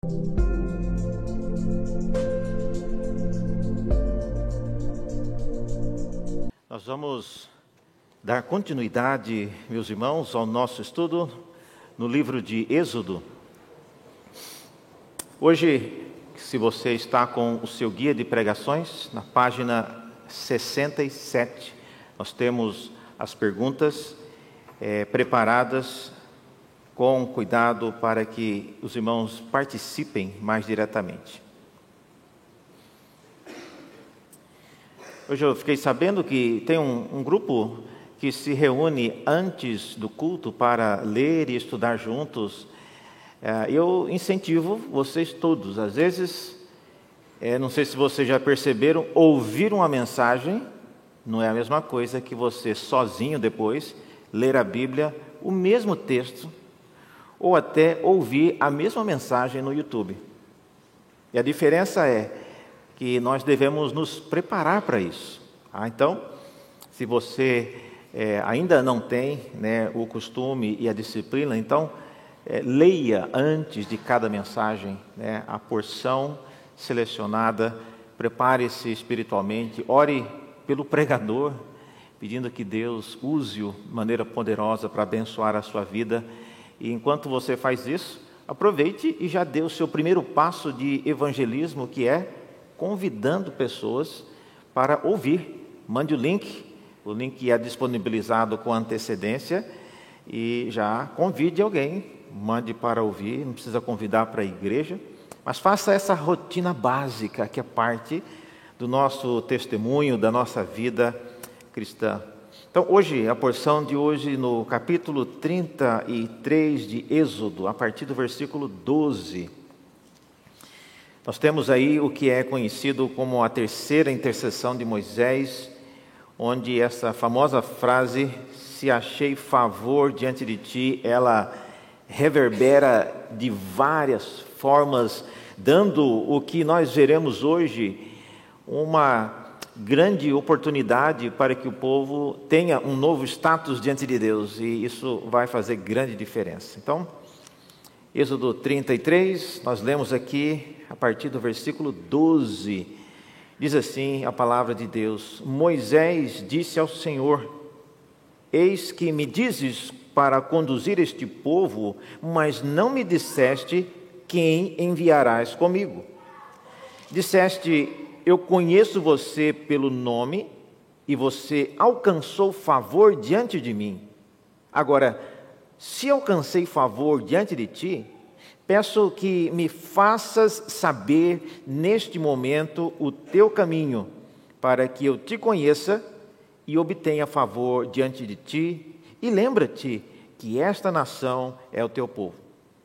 Nós vamos dar continuidade, meus irmãos, ao nosso estudo no livro de Êxodo. Hoje, se você está com o seu guia de pregações, na página 67, nós temos as perguntas preparadas com cuidado para que os irmãos participem mais diretamente. Hoje eu fiquei sabendo que tem um grupo que se reúne antes do culto para ler e estudar juntos. Eu incentivo vocês todos. Às vezes, não sei se vocês já perceberam, ouvir uma mensagem não é a mesma coisa que você sozinho depois ler a Bíblia, o mesmo texto, ou até ouvir a mesma mensagem no YouTube. E a diferença é que nós devemos nos preparar para isso. Então, se você ainda não tem o costume e a disciplina, então leia antes de cada mensagem a porção selecionada, prepare-se espiritualmente, ore pelo pregador, pedindo que Deus use-o de maneira poderosa para abençoar a sua vida. E enquanto você faz isso, aproveite e já dê o seu primeiro passo de evangelismo, que é convidando pessoas para ouvir. Mande o link é disponibilizado com antecedência e já convide alguém, mande para ouvir, não precisa convidar para a igreja, mas faça essa rotina básica que é parte do nosso testemunho, da nossa vida cristã. Então, hoje, a porção de hoje no capítulo 33 de Êxodo, a partir do versículo 12. Nós temos aí o que é conhecido como a terceira intercessão de Moisés, onde essa famosa frase, se achei favor diante de ti, ela reverbera de várias formas, dando o que nós veremos hoje, uma grande oportunidade para que o povo tenha um novo status diante de Deus, e isso vai fazer grande diferença. Então, Êxodo 33, nós lemos aqui a partir do versículo 12, diz assim a palavra de Deus: Moisés disse ao Senhor: eis que me dizes para conduzir este povo, mas não me disseste quem enviarás comigo. Disseste: eu conheço você pelo nome e você alcançou favor diante de mim. Agora, se alcancei favor diante de ti, peço que me faças saber neste momento o teu caminho, para que eu te conheça e obtenha favor diante de ti, e lembra-te que esta nação é o teu povo.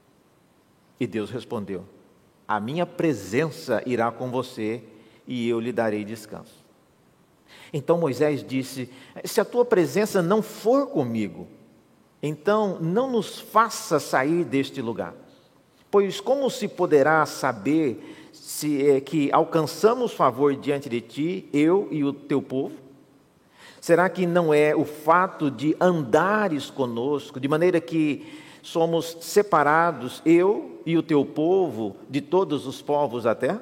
E Deus respondeu: a minha presença irá com você e eu lhe darei descanso. Então Moisés disse: se a tua presença não for comigo, então não nos faça sair deste lugar. Pois como se poderá saber que alcançamos favor diante de ti, eu e o teu povo? Será que não é o fato de andares conosco, de maneira que somos separados, eu e o teu povo, de todos os povos da terra?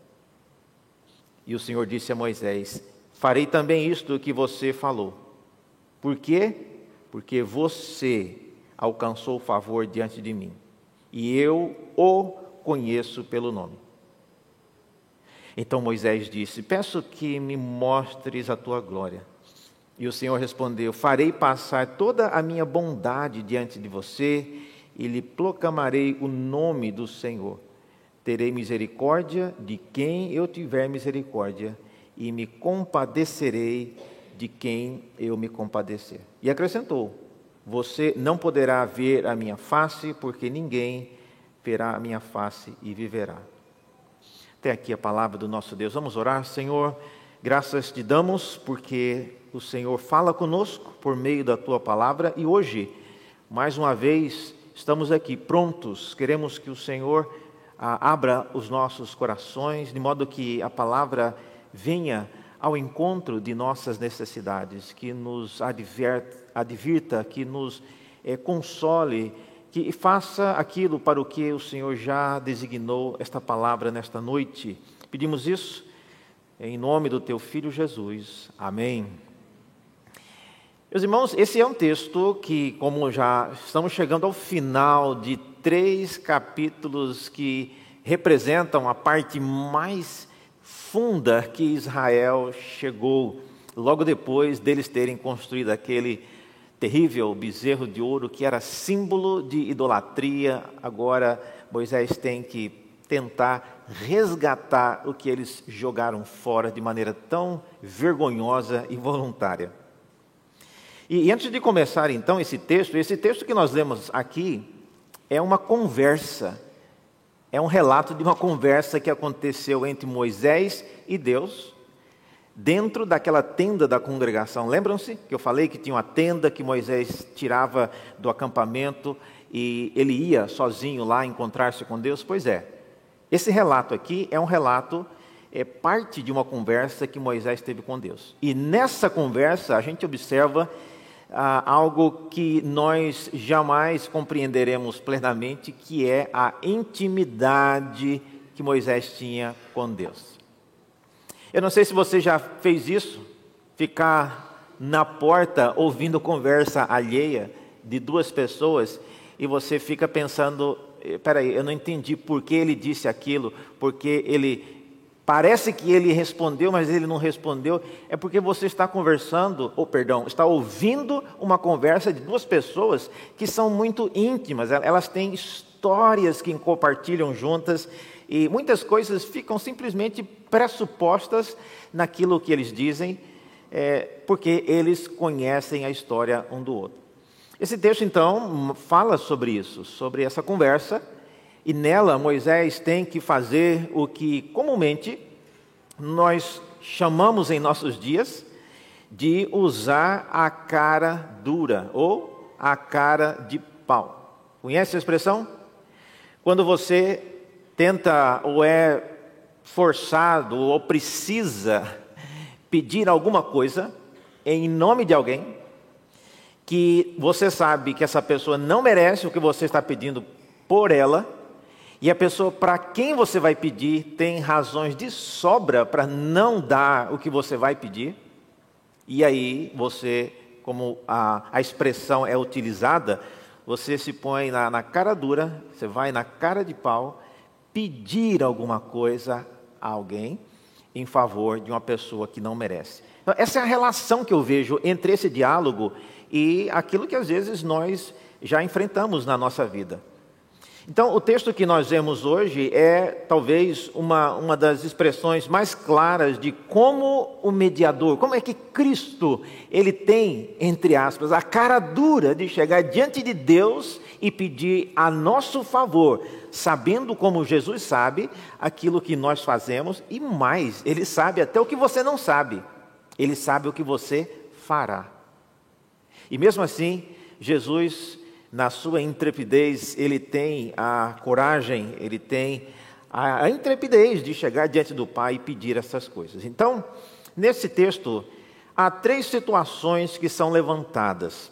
E o Senhor disse a Moisés: farei também isto que você falou. Por quê? Porque você alcançou favor diante de mim, e eu o conheço pelo nome. Então Moisés disse: peço que me mostres a tua glória. E o Senhor respondeu: farei passar toda a minha bondade diante de você, e lhe proclamarei o nome do Senhor. Terei misericórdia de quem eu tiver misericórdia, e me compadecerei de quem eu me compadecer. E acrescentou: você não poderá ver a minha face, porque ninguém verá a minha face e viverá. Até aqui a palavra do nosso Deus. Vamos orar. Senhor, graças te damos porque o Senhor fala conosco por meio da tua palavra, e hoje, mais uma vez, estamos aqui prontos. Queremos que o Senhor abra os nossos corações, de modo que a palavra venha ao encontro de nossas necessidades, que nos advirta, que nos console que faça aquilo para o que o Senhor já designou esta palavra nesta noite. Pedimos isso em nome do Teu Filho Jesus. Amém. Meus irmãos, esse é um texto que, como já estamos chegando ao final de 3 capítulos que representam a parte mais funda que Israel chegou, logo depois deles terem construído aquele terrível bezerro de ouro que era símbolo de idolatria. Agora Moisés tem que tentar resgatar o que eles jogaram fora de maneira tão vergonhosa e voluntária. E antes de começar então esse texto que nós lemos aqui é uma conversa, é um relato de uma conversa que aconteceu entre Moisés e Deus, dentro daquela tenda da congregação. Lembram-se que eu falei que tinha uma tenda que Moisés tirava do acampamento e ele ia sozinho lá encontrar-se com Deus? Pois é, esse relato aqui é um relato, é parte de uma conversa que Moisés teve com Deus. E nessa conversa a gente observa algo que nós jamais compreenderemos plenamente, que é a intimidade que Moisés tinha com Deus. Eu não sei se você já fez isso, ficar na porta ouvindo conversa alheia de 2 pessoas e você fica pensando, peraí, eu não entendi por que ele disse aquilo, porque ele... Parece que ele respondeu, mas ele não respondeu. É porque você está conversando, está ouvindo uma conversa de 2 pessoas que são muito íntimas. Elas têm histórias que compartilham juntas e muitas coisas ficam simplesmente pressupostas naquilo que eles dizem, porque eles conhecem a história um do outro. Esse texto, então, fala sobre isso, sobre essa conversa. E nela, Moisés tem que fazer o que comumente nós chamamos em nossos dias de usar a cara dura ou a cara de pau. Conhece a expressão? Quando você tenta ou é forçado ou precisa pedir alguma coisa em nome de alguém que você sabe que essa pessoa não merece o que você está pedindo por ela, e a pessoa para quem você vai pedir tem razões de sobra para não dar o que você vai pedir, e aí você, como a expressão é utilizada, você se põe na cara dura, você vai na cara de pau pedir alguma coisa a alguém em favor de uma pessoa que não merece. Então, essa é a relação que eu vejo entre esse diálogo e aquilo que às vezes nós já enfrentamos na nossa vida. Então, o texto que nós vemos hoje é talvez uma das expressões mais claras de como o mediador, como é que Cristo, ele tem, entre aspas, a cara dura de chegar diante de Deus e pedir a nosso favor, sabendo como Jesus sabe aquilo que nós fazemos e mais, ele sabe até o que você não sabe, ele sabe o que você fará. E mesmo assim, Jesus, na sua intrepidez, ele tem a coragem, ele tem a intrepidez de chegar diante do Pai e pedir essas coisas. Então, nesse texto, há 3 situações que são levantadas.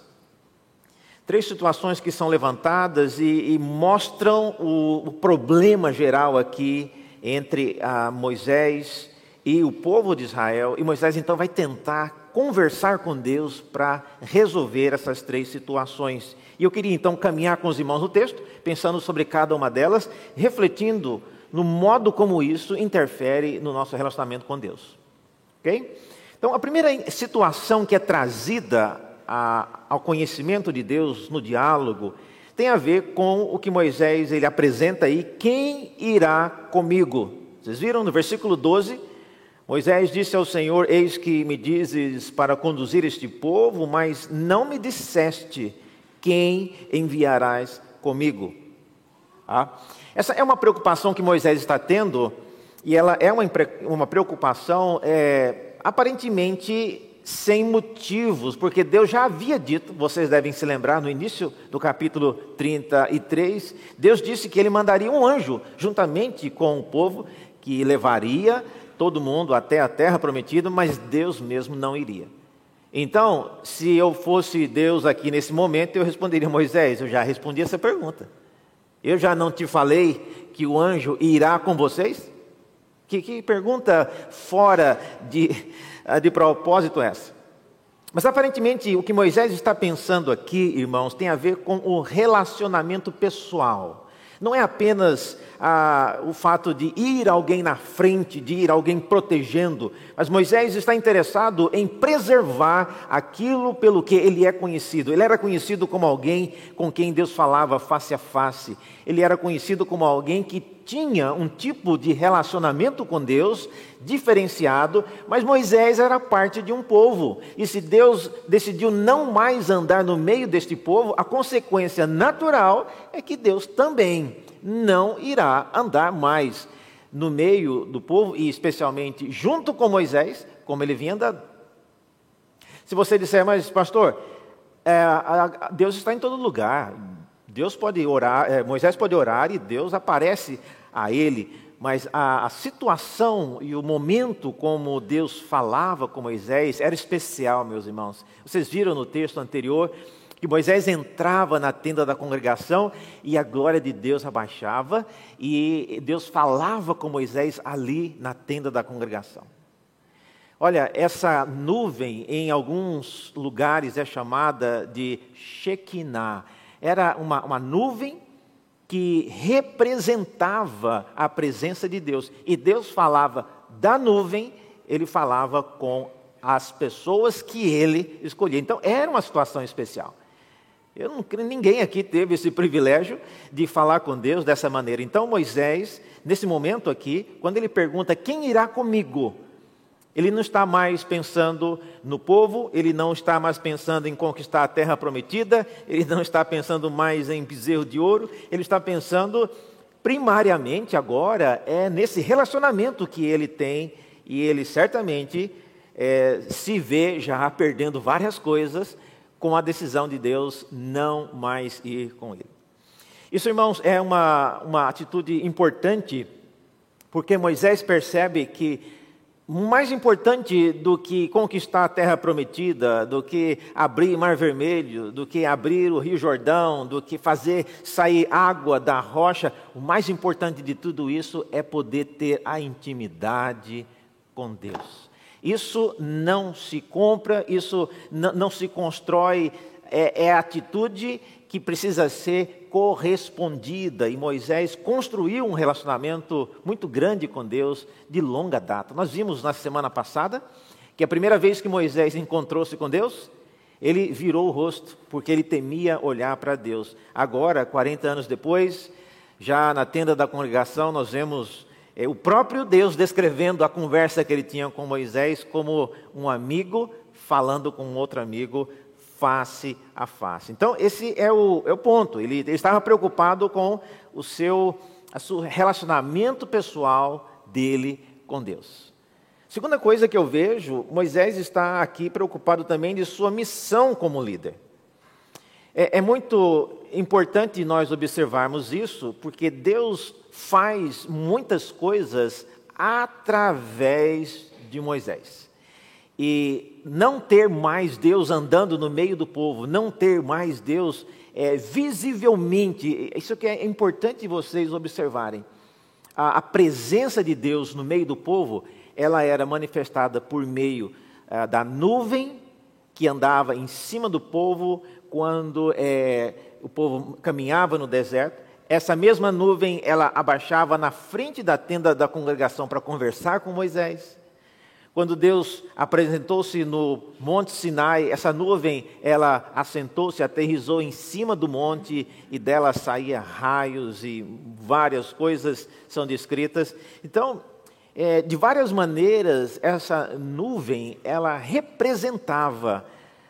3 situações que são levantadas e mostram o problema geral aqui entre Moisés e o povo de Israel. E Moisés, então, vai tentar conversar com Deus para resolver essas 3 situações. E eu queria então caminhar com os irmãos no texto, pensando sobre cada uma delas, refletindo no modo como isso interfere no nosso relacionamento com Deus. Ok? Então, a primeira situação que é trazida ao conhecimento de Deus no diálogo tem a ver com o que Moisés ele apresenta aí: quem irá comigo? Vocês viram no versículo 12? Moisés disse ao Senhor: eis que me dizes para conduzir este povo, mas não me disseste quem enviarás comigo. Essa é uma preocupação que Moisés está tendo, e ela é uma preocupação aparentemente sem motivos, porque Deus já havia dito, vocês devem se lembrar, no início do capítulo 33, Deus disse que ele mandaria um anjo, juntamente com o povo, que levaria todo mundo até a terra prometida, mas Deus mesmo não iria. Então, se eu fosse Deus aqui nesse momento, eu responderia: Moisés, eu já respondi essa pergunta. Eu já não te falei que o anjo irá com vocês? Que pergunta fora de propósito é essa? Mas aparentemente o que Moisés está pensando aqui, irmãos, tem a ver com o relacionamento pessoal. Não é apenas o fato de ir alguém na frente, de ir alguém protegendo, mas Moisés está interessado em preservar aquilo pelo que ele é conhecido. Ele era conhecido como alguém com quem Deus falava face a face. Ele era conhecido como alguém que tinha um tipo de relacionamento com Deus diferenciado, mas Moisés era parte de um povo. E se Deus decidiu não mais andar no meio deste povo, a consequência natural é que Deus também não irá andar mais no meio do povo, e especialmente junto com Moisés, como ele vinha andando. Se você disser: mas pastor, Deus está em todo lugar, Deus pode orar, Moisés pode orar e Deus aparece a ele, mas a situação e o momento como Deus falava com Moisés era especial, meus irmãos. Vocês viram no texto anterior que Moisés entrava na tenda da congregação e a glória de Deus abaixava e Deus falava com Moisés ali na tenda da congregação. Olha, essa nuvem em alguns lugares é chamada de Shekinah. Era uma nuvem que representava a presença de Deus. E Deus falava da nuvem, ele falava com as pessoas que ele escolhia. Então era uma situação especial. Eu não creio, ninguém aqui teve esse privilégio de falar com Deus dessa maneira. Então Moisés, nesse momento aqui, quando ele pergunta: quem irá comigo? Ele não está mais pensando no povo, ele não está mais pensando em conquistar a terra prometida, ele não está pensando mais em bezerro de ouro, ele está pensando primariamente agora nesse relacionamento que ele tem, e ele certamente se vê já perdendo várias coisas com a decisão de Deus não mais ir com ele. Isso, irmãos, é uma atitude importante, porque Moisés percebe que mais importante do que conquistar a terra prometida, do que abrir o Mar Vermelho, do que abrir o Rio Jordão, do que fazer sair água da rocha, o mais importante de tudo isso é poder ter a intimidade com Deus. Isso não se compra, isso não se constrói, é a atitude que precisa ser correspondida, e Moisés construiu um relacionamento muito grande com Deus de longa data. Nós vimos na semana passada que a primeira vez que Moisés encontrou-se com Deus, ele virou o rosto, porque ele temia olhar para Deus. Agora, 40 anos depois, já na tenda da congregação, nós vemos o próprio Deus descrevendo a conversa que ele tinha com Moisés como um amigo falando com outro amigo face a face. Então, esse é o ponto. Ele estava preocupado com o seu relacionamento pessoal dele com Deus. Segunda coisa que eu vejo, Moisés está aqui preocupado também de sua missão como líder. É muito importante nós observarmos isso, porque Deus faz muitas coisas através de Moisés. E não ter mais Deus andando no meio do povo, não ter mais Deus visivelmente, isso que é importante vocês observarem. A presença de Deus no meio do povo, ela era manifestada por meio da nuvem que andava em cima do povo quando o povo caminhava no deserto. Essa mesma nuvem, ela abaixava na frente da tenda da congregação para conversar com Moisés. Quando Deus apresentou-se no Monte Sinai, essa nuvem, ela assentou-se, aterrissou em cima do monte e dela saía raios e várias coisas são descritas. Então, de várias maneiras, essa nuvem, ela representava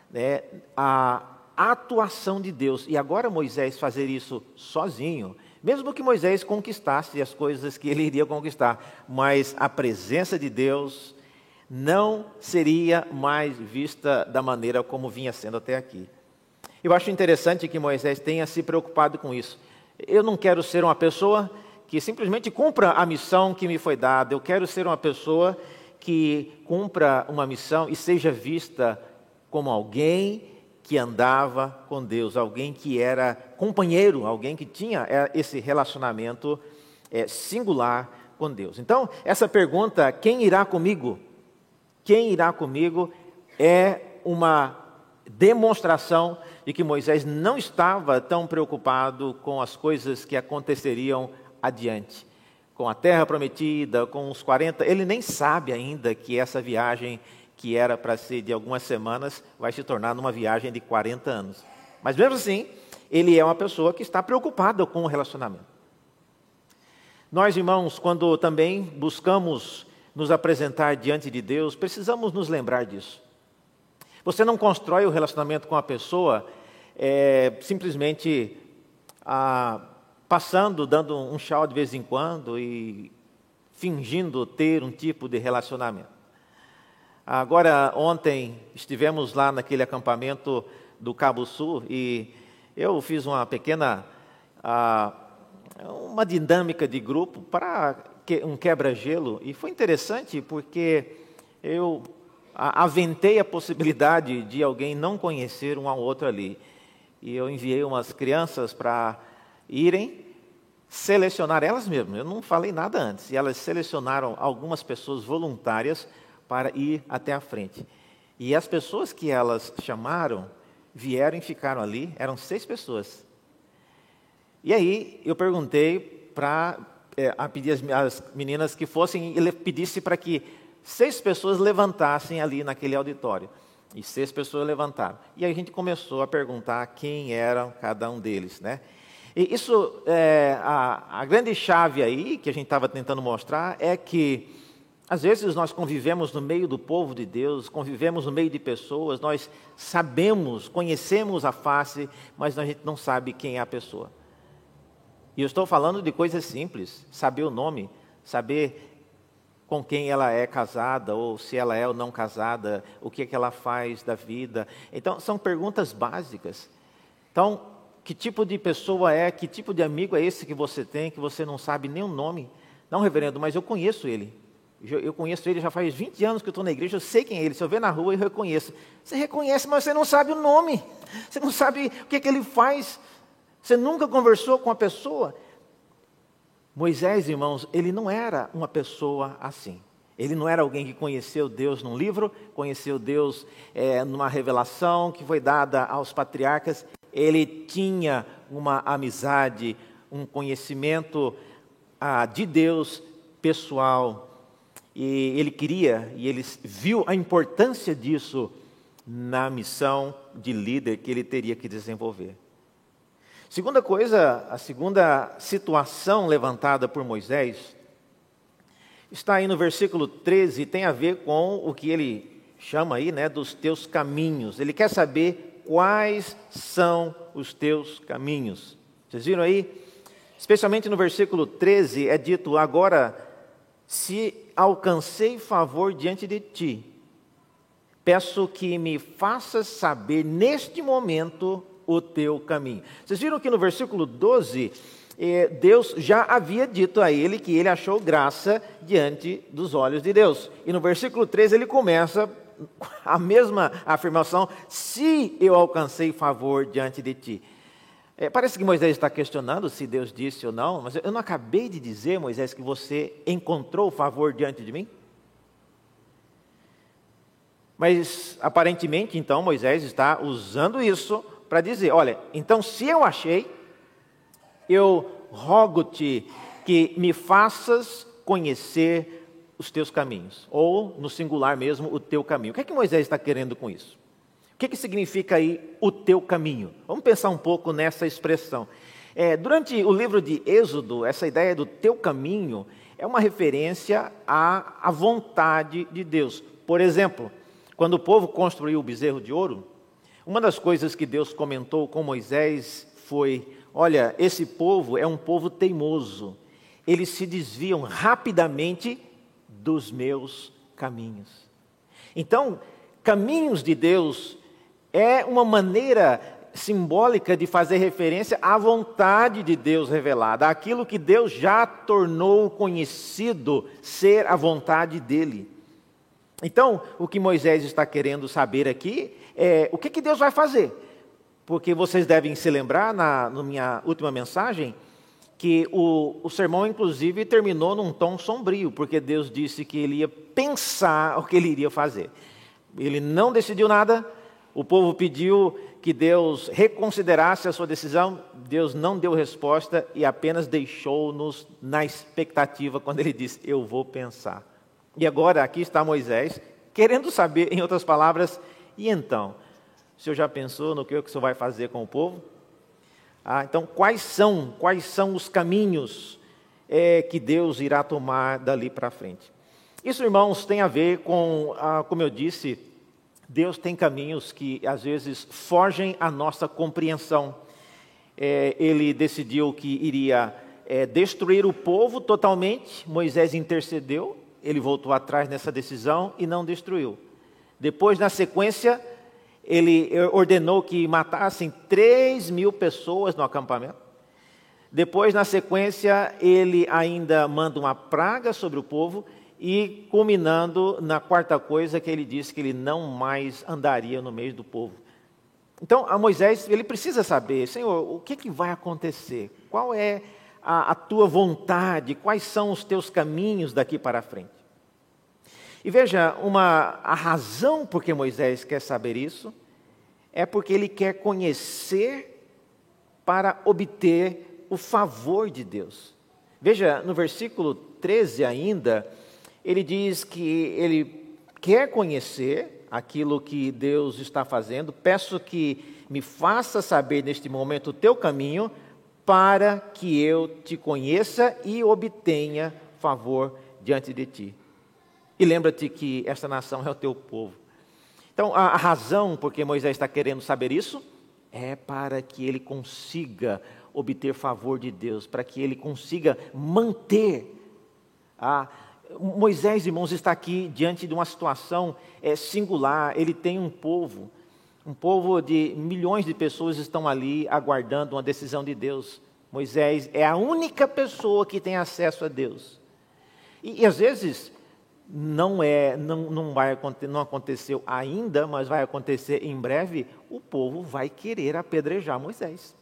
a atuação de Deus. E agora Moisés fazer isso sozinho, mesmo que Moisés conquistasse as coisas que ele iria conquistar, mas a presença de Deus não seria mais vista da maneira como vinha sendo até aqui. Eu acho interessante que Moisés tenha se preocupado com isso. Eu não quero ser uma pessoa que simplesmente cumpra a missão que me foi dada. Eu quero ser uma pessoa que cumpra uma missão e seja vista como alguém que andava com Deus, alguém que era companheiro, alguém que tinha esse relacionamento singular com Deus. Então, essa pergunta, quem irá comigo? Quem irá comigo é uma demonstração de que Moisés não estava tão preocupado com as coisas que aconteceriam adiante, com a terra prometida, com os 40, ele nem sabe ainda que essa viagem que era para ser de algumas semanas vai se tornar numa viagem de 40 anos. Mas mesmo assim, ele é uma pessoa que está preocupada com o relacionamento. Nós, irmãos, quando também buscamos nos apresentar diante de Deus, precisamos nos lembrar disso. Você não constrói o relacionamento com a pessoa simplesmente passando, dando um tchau de vez em quando e fingindo ter um tipo de relacionamento. Agora, ontem, estivemos lá naquele acampamento do Cabo Sul e eu fiz uma pequena, uma dinâmica de grupo para um quebra-gelo e foi interessante porque eu aventei a possibilidade de alguém não conhecer um ao outro ali. E eu enviei umas crianças para irem selecionar elas mesmas. Eu não falei nada antes. E elas selecionaram algumas pessoas voluntárias para ir até a frente. E as pessoas que elas chamaram vieram e ficaram ali. Eram 6 pessoas. E aí eu perguntei para pedir às meninas que fossem e pedisse para que 6 pessoas levantassem ali naquele auditório. E 6 pessoas levantaram. E aí a gente começou a perguntar quem era cada um deles, né? E isso, a grande chave aí, que a gente estava tentando mostrar, é que, às vezes, nós convivemos no meio do povo de Deus, convivemos no meio de pessoas, nós sabemos, conhecemos a face, mas a gente não sabe quem é a pessoa. E eu estou falando de coisas simples, saber o nome, saber com quem ela é casada, ou se ela é ou não casada, o que é que ela faz da vida. Então, são perguntas básicas. Então, que tipo de pessoa é, que tipo de amigo é esse que você tem, que você não sabe nem o nome? Não, reverendo, mas eu conheço ele. Eu conheço ele já faz 20 anos que eu estou na igreja, eu sei quem é ele. Se eu ver na rua, eu reconheço. Você reconhece, mas você não sabe o nome. Você não sabe o que é que ele faz. Você nunca conversou com a pessoa. Moisés, irmãos, ele não era uma pessoa assim. Ele não era alguém que conheceu Deus num livro, conheceu Deus numa revelação que foi dada aos patriarcas. Ele tinha uma amizade, um conhecimento de Deus pessoal. E ele queria, e ele viu a importância disso na missão de líder que ele teria que desenvolver. Segunda coisa, a segunda situação levantada por Moisés, está aí no versículo 13, tem a ver com o que ele chama aí, né, dos teus caminhos. Ele quer saber quais são os teus caminhos. Vocês viram aí? Especialmente no versículo 13 é dito, agora, se alcancei favor diante de ti, peço que me faças saber neste momento o teu caminho. Vocês viram que no versículo 12, Deus já havia dito a ele que ele achou graça diante dos olhos de Deus. E no versículo 13 ele começa a mesma afirmação, se eu alcancei favor diante de ti. Parece que Moisés está questionando se Deus disse ou não, mas eu não acabei de dizer, Moisés, que você encontrou favor diante de mim? Mas aparentemente, então, Moisés está usando isso para dizer, olha, então se eu achei, eu rogo-te que me faças conhecer os teus caminhos, ou no singular mesmo, o teu caminho. O que é que Moisés está querendo com isso? O que significa aí o teu caminho? Vamos pensar um pouco nessa expressão. Durante o livro de Êxodo, essa ideia do teu caminho é uma referência à vontade de Deus. Por exemplo, quando o povo construiu o bezerro de ouro, uma das coisas que Deus comentou com Moisés foi, olha, esse povo é um povo teimoso, eles se desviam rapidamente dos meus caminhos. Então, caminhos de Deus é uma maneira simbólica de fazer referência à vontade de Deus revelada, àquilo que Deus já tornou conhecido ser a vontade dele. Então, o que Moisés está querendo saber aqui o que Deus vai fazer? Porque vocês devem se lembrar, na minha última mensagem, que o sermão, inclusive, terminou num tom sombrio, porque Deus disse que ele ia pensar o que ele iria fazer. Ele não decidiu nada, o povo pediu que Deus reconsiderasse a sua decisão, Deus não deu resposta e apenas deixou-nos na expectativa quando ele disse, eu vou pensar. E agora aqui está Moisés, querendo saber, em outras palavras, e então, o senhor já pensou no que o senhor vai fazer com o povo? Então, quais são os caminhos que Deus irá tomar dali para frente? Isso, irmãos, tem a ver com, como eu disse, Deus tem caminhos que às vezes fogem à nossa compreensão. Ele decidiu que iria destruir o povo totalmente, Moisés intercedeu, ele voltou atrás nessa decisão e não destruiu. Depois, na sequência, ele ordenou que matassem 3.000 pessoas no acampamento. Depois, na sequência, ele ainda manda uma praga sobre o povo e culminando na quarta coisa que ele disse que ele não mais andaria no meio do povo. Então, a Moisés, ele precisa saber, Senhor, o que vai acontecer? Qual é a tua vontade? Quais são os teus caminhos daqui para frente? E veja, a razão por que Moisés quer saber isso é porque ele quer conhecer para obter o favor de Deus. Veja, no versículo 13 ainda, ele diz que ele quer conhecer aquilo que Deus está fazendo. Peço que me faça saber neste momento o teu caminho para que eu te conheça e obtenha favor diante de ti. E lembra-te que esta nação é o teu povo. Então, a razão por que Moisés está querendo saber isso é para que ele consiga obter favor de Deus, para que ele consiga manter. Moisés, irmãos, está aqui diante de uma situação singular. Ele tem um povo de milhões de pessoas estão ali aguardando uma decisão de Deus. Moisés é a única pessoa que tem acesso a Deus. E às vezes não aconteceu ainda, mas vai acontecer em breve, o povo vai querer apedrejar Moisés.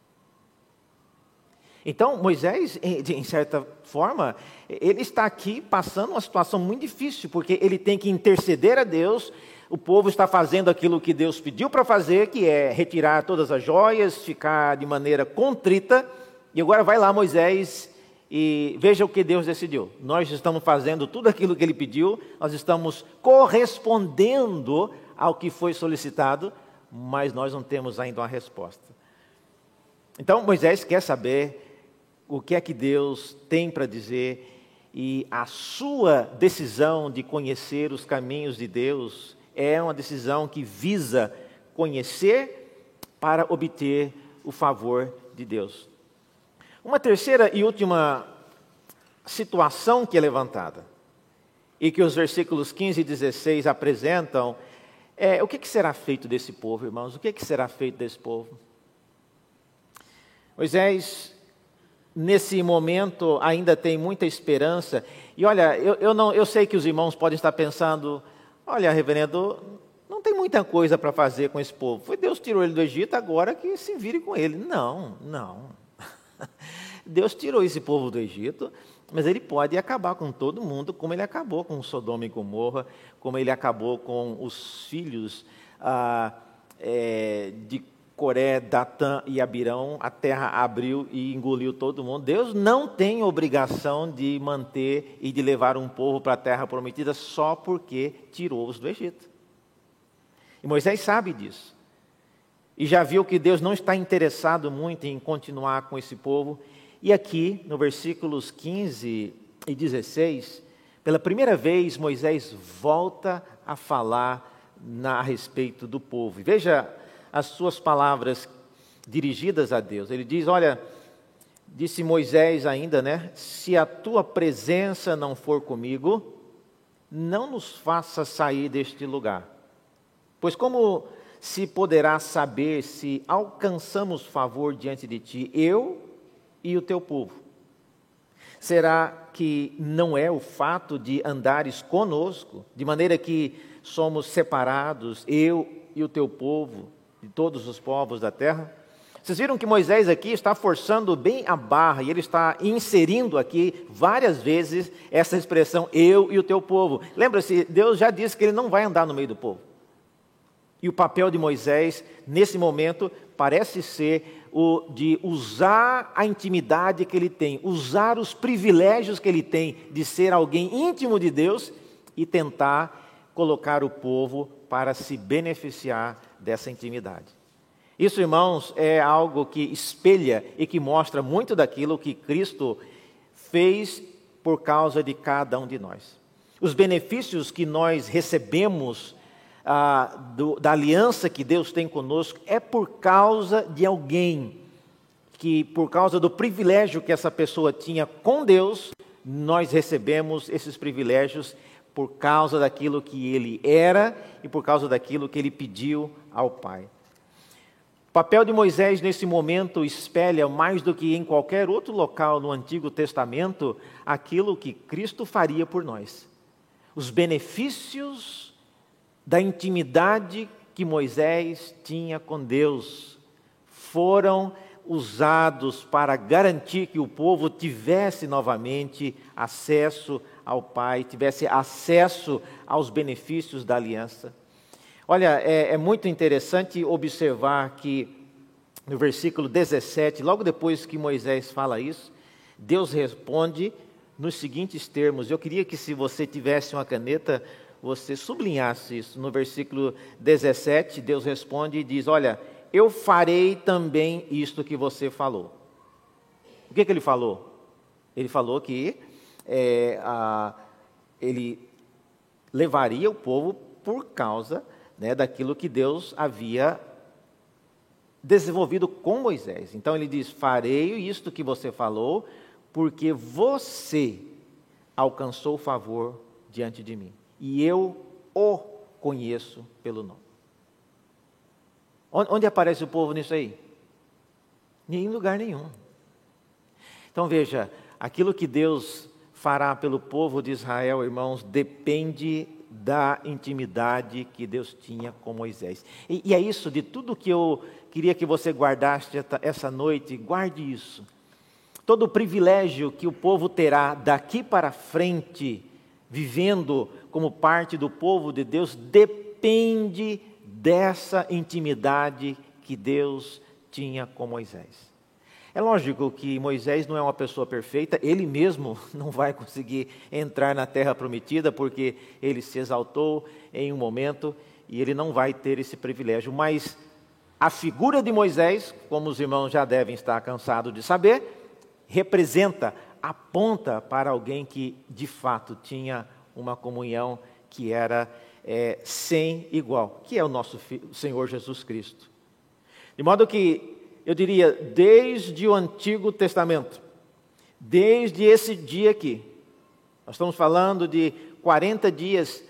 Então, Moisés, em certa forma, ele está aqui passando uma situação muito difícil, porque ele tem que interceder a Deus, o povo está fazendo aquilo que Deus pediu para fazer, que é retirar todas as joias, ficar de maneira contrita, e agora vai lá Moisés e veja o que Deus decidiu. Nós estamos fazendo tudo aquilo que ele pediu, nós estamos correspondendo ao que foi solicitado, mas nós não temos ainda uma resposta. Então, Moisés quer saber o que é que Deus tem para dizer, e a sua decisão de conhecer os caminhos de Deus é uma decisão que visa conhecer para obter o favor de Deus. Uma terceira e última situação que é levantada, e que os versículos 15 e 16 apresentam, o que será feito desse povo, irmãos? O que será feito desse povo? Moisés, nesse momento, ainda tem muita esperança. E olha, eu sei que os irmãos podem estar pensando, olha, reverendo, não tem muita coisa para fazer com esse povo. Foi Deus tirou ele do Egito, agora que se vire com ele. Não. Deus tirou esse povo do Egito, mas ele pode acabar com todo mundo, como ele acabou com Sodoma e Gomorra, como ele acabou com os filhos de Coré, Datã e Abirão. A terra abriu e engoliu todo mundo. Deus não tem obrigação de manter e de levar um povo para a terra prometida só porque tirou-os do Egito. E Moisés sabe disso. E já viu que Deus não está interessado muito em continuar com esse povo. E aqui, no versículos 15 e 16, pela primeira vez, Moisés volta a falar a respeito do povo. E veja as suas palavras dirigidas a Deus. Ele diz, olha, disse Moisés ainda, se a tua presença não for comigo, não nos faça sair deste lugar. Pois como se poderá saber se alcançamos favor diante de ti, eu e o teu povo? Será que não é o fato de andares conosco, de maneira que somos separados, eu e o teu povo, e todos os povos da terra. Vocês viram que Moisés aqui está forçando bem a barra, e ele está inserindo aqui várias vezes essa expressão, eu e o teu povo. Lembra-se, Deus já disse que ele não vai andar no meio do povo. E o papel de Moisés, nesse momento, parece ser o de usar a intimidade que ele tem, usar os privilégios que ele tem de ser alguém íntimo de Deus e tentar colocar o povo para se beneficiar dessa intimidade. Isso, irmãos, é algo que espelha e que mostra muito daquilo que Cristo fez por causa de cada um de nós. Os benefícios que nós recebemos da aliança que Deus tem conosco é por causa de alguém que, por causa do privilégio que essa pessoa tinha com Deus, nós recebemos esses privilégios por causa daquilo que ele era e por causa daquilo que ele pediu ao Pai. O papel de Moisés nesse momento espelha, mais do que em qualquer outro local no Antigo Testamento, aquilo que Cristo faria por nós. Os benefícios da intimidade que Moisés tinha com Deus foram usados para garantir que o povo tivesse novamente acesso ao Pai, tivesse acesso aos benefícios da aliança. Olha, é muito interessante observar que no versículo 17, logo depois que Moisés fala isso, Deus responde nos seguintes termos. Eu queria que, se você tivesse uma caneta, você sublinhasse isso. No versículo 17, Deus responde e diz, olha, eu farei também isto que você falou. O que ele falou? Ele falou que ele levaria o povo por causa daquilo que Deus havia desenvolvido com Moisés. Então ele diz, farei isto que você falou, porque você alcançou favor diante de mim, e eu o conheço pelo nome. Onde aparece o povo nisso aí? Em lugar nenhum. Então veja, aquilo que Deus fará pelo povo de Israel, irmãos, depende da intimidade que Deus tinha com Moisés. E é isso, de tudo que eu queria que você guardasse essa noite, guarde isso. Todo o privilégio que o povo terá daqui para frente, vivendo como parte do povo de Deus, depende dessa intimidade que Deus tinha com Moisés. É lógico que Moisés não é uma pessoa perfeita, ele mesmo não vai conseguir entrar na terra prometida, porque ele se exaltou em um momento e ele não vai ter esse privilégio. Mas a figura de Moisés, como os irmãos já devem estar cansados de saber, representa, aponta para alguém que de fato tinha uma comunhão que era sem igual, que é o nosso Senhor Jesus Cristo. De modo que eu diria, desde o Antigo Testamento, desde esse dia aqui, nós estamos falando de 40 dias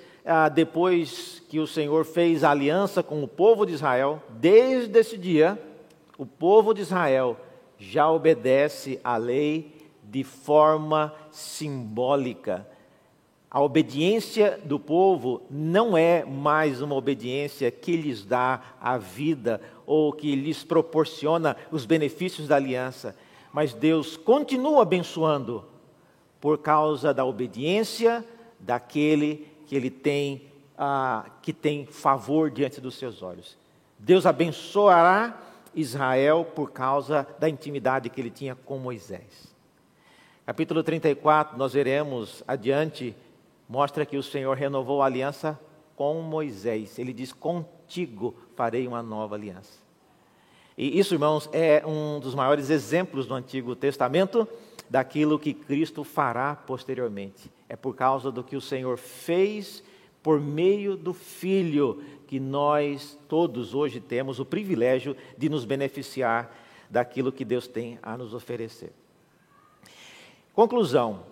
depois que o Senhor fez a aliança com o povo de Israel, desde esse dia, o povo de Israel já obedece à lei de forma simbólica. A obediência do povo não é mais uma obediência que lhes dá a vida ou que lhes proporciona os benefícios da aliança, mas Deus continua abençoando por causa da obediência daquele que ele tem, que tem favor diante dos seus olhos. Deus abençoará Israel por causa da intimidade que ele tinha com Moisés. Capítulo 34, nós veremos adiante, mostra que o Senhor renovou a aliança com Moisés. Ele diz, contigo farei uma nova aliança. E isso, irmãos, é um dos maiores exemplos do Antigo Testamento daquilo que Cristo fará posteriormente. É por causa do que o Senhor fez por meio do Filho que nós todos hoje temos o privilégio de nos beneficiar daquilo que Deus tem a nos oferecer. Conclusão.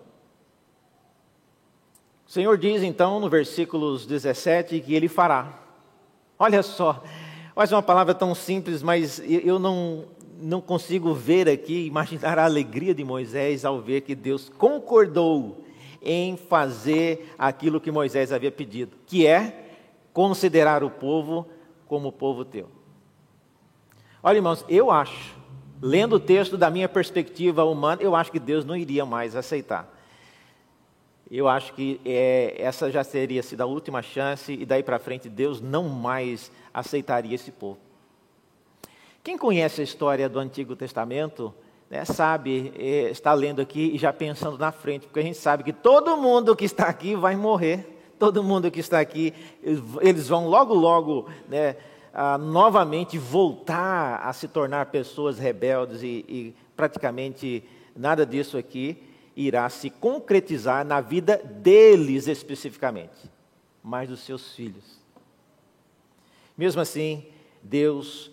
O Senhor diz então no versículos 17 que Ele fará. Olha só, mas é uma palavra tão simples, mas eu não consigo ver aqui, imaginar a alegria de Moisés ao ver que Deus concordou em fazer aquilo que Moisés havia pedido, que é considerar o povo como povo teu. Olha, irmãos, eu acho, lendo o texto da minha perspectiva humana, eu acho que Deus não iria mais aceitar. Eu acho que essa já teria sido a última chance e daí para frente Deus não mais aceitaria esse povo. Quem conhece a história do Antigo Testamento, né, sabe, está lendo aqui e já pensando na frente, porque a gente sabe que todo mundo que está aqui vai morrer, todo mundo que está aqui, eles vão logo, logo, né, novamente voltar a se tornar pessoas rebeldes e praticamente nada disso aqui irá se concretizar na vida deles especificamente, mas dos seus filhos. Mesmo assim, Deus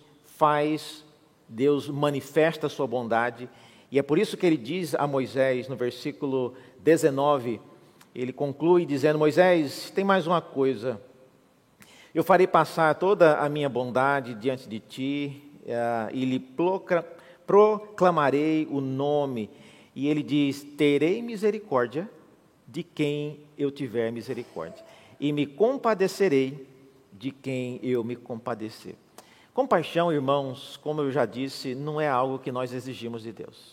manifesta a sua bondade, e é por isso que ele diz a Moisés, no versículo 19, ele conclui dizendo: Moisés, tem mais uma coisa, eu farei passar toda a minha bondade diante de ti, e lhe proclamarei o nome. E ele diz: terei misericórdia de quem eu tiver misericórdia, e me compadecerei de quem eu me compadecer. Compaixão, irmãos, como eu já disse, não é algo que nós exigimos de Deus.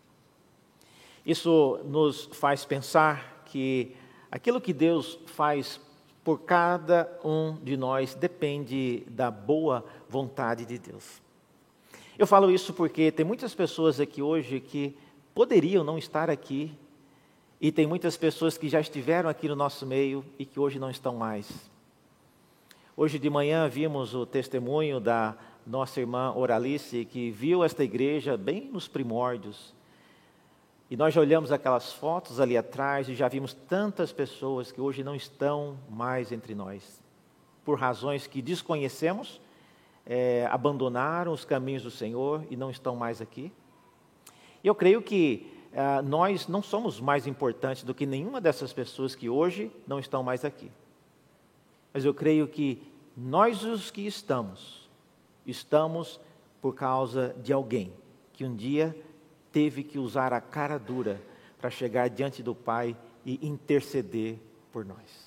Isso nos faz pensar que aquilo que Deus faz por cada um de nós depende da boa vontade de Deus. Eu falo isso porque tem muitas pessoas aqui hoje que poderiam não estar aqui, e tem muitas pessoas que já estiveram aqui no nosso meio e que hoje não estão mais. Hoje de manhã vimos o testemunho da nossa irmã Oralice, que viu esta igreja bem nos primórdios. E nós já olhamos aquelas fotos ali atrás e já vimos tantas pessoas que hoje não estão mais entre nós. Por razões que desconhecemos, abandonaram os caminhos do Senhor e não estão mais aqui. E eu creio que nós não somos mais importantes do que nenhuma dessas pessoas que hoje não estão mais aqui. Mas eu creio que nós os que estamos por causa de alguém que um dia teve que usar a cara dura para chegar diante do Pai e interceder por nós.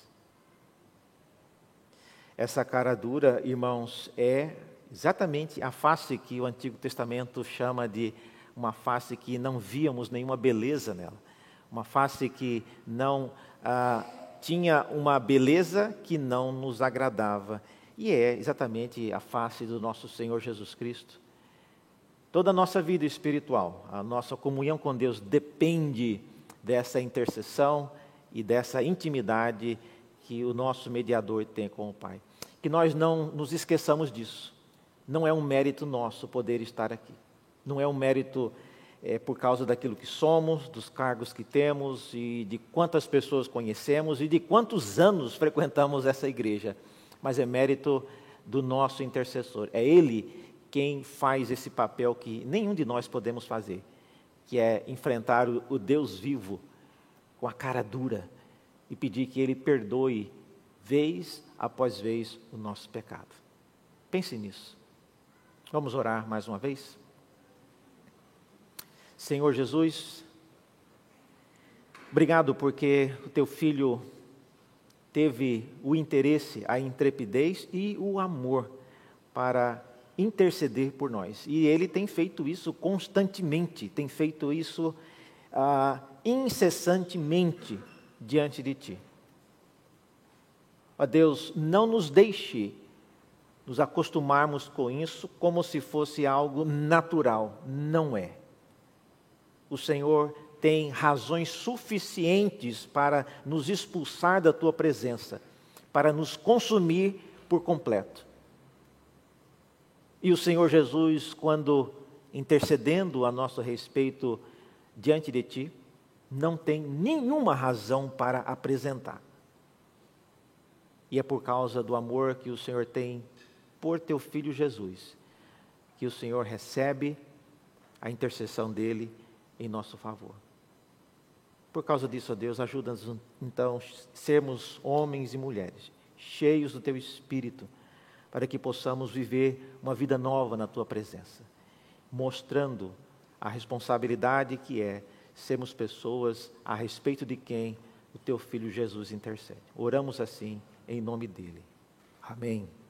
Essa cara dura, irmãos, é exatamente a face que o Antigo Testamento chama de uma face que não víamos nenhuma beleza nela. Uma face que não tinha uma beleza que não nos agradava. E é exatamente a face do nosso Senhor Jesus Cristo. Toda a nossa vida espiritual, a nossa comunhão com Deus depende dessa intercessão e dessa intimidade que o nosso mediador tem com o Pai. Que nós não nos esqueçamos disso. Não é um mérito nosso poder estar aqui. Não é um mérito por causa daquilo que somos, dos cargos que temos e de quantas pessoas conhecemos e de quantos anos frequentamos essa igreja. Mas é mérito do nosso intercessor. É Ele quem faz esse papel que nenhum de nós podemos fazer, que é enfrentar o Deus vivo com a cara dura e pedir que Ele perdoe vez após vez o nosso pecado. Pense nisso. Vamos orar mais uma vez? Senhor Jesus, obrigado porque o Teu Filho teve o interesse, a intrepidez e o amor para interceder por nós. E Ele tem feito isso constantemente, tem feito isso incessantemente diante de Ti. Ó Deus, não nos deixe nos acostumarmos com isso como se fosse algo natural. Não é. O Senhor tem razões suficientes para nos expulsar da Tua presença, para nos consumir por completo. E o Senhor Jesus, quando intercedendo a nosso respeito diante de Ti, não tem nenhuma razão para apresentar. E é por causa do amor que o Senhor tem por Teu Filho Jesus, que o Senhor recebe a intercessão dEle em nosso favor. Por causa disso, ó Deus, ajuda-nos então a sermos homens e mulheres cheios do Teu Espírito, para que possamos viver uma vida nova na Tua presença, mostrando a responsabilidade que é sermos pessoas a respeito de quem o Teu Filho Jesus intercede. Oramos assim em nome dEle. Amém.